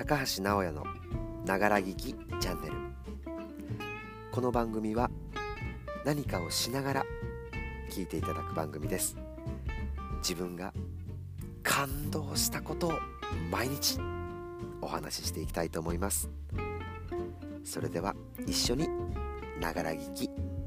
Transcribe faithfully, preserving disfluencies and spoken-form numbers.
高橋直也のながら聞きチャンネル。この番組は何かをしながら聞いていただく番組です。自分が感動したことを毎日お話ししていきたいと思います。それでは一緒にながら聞き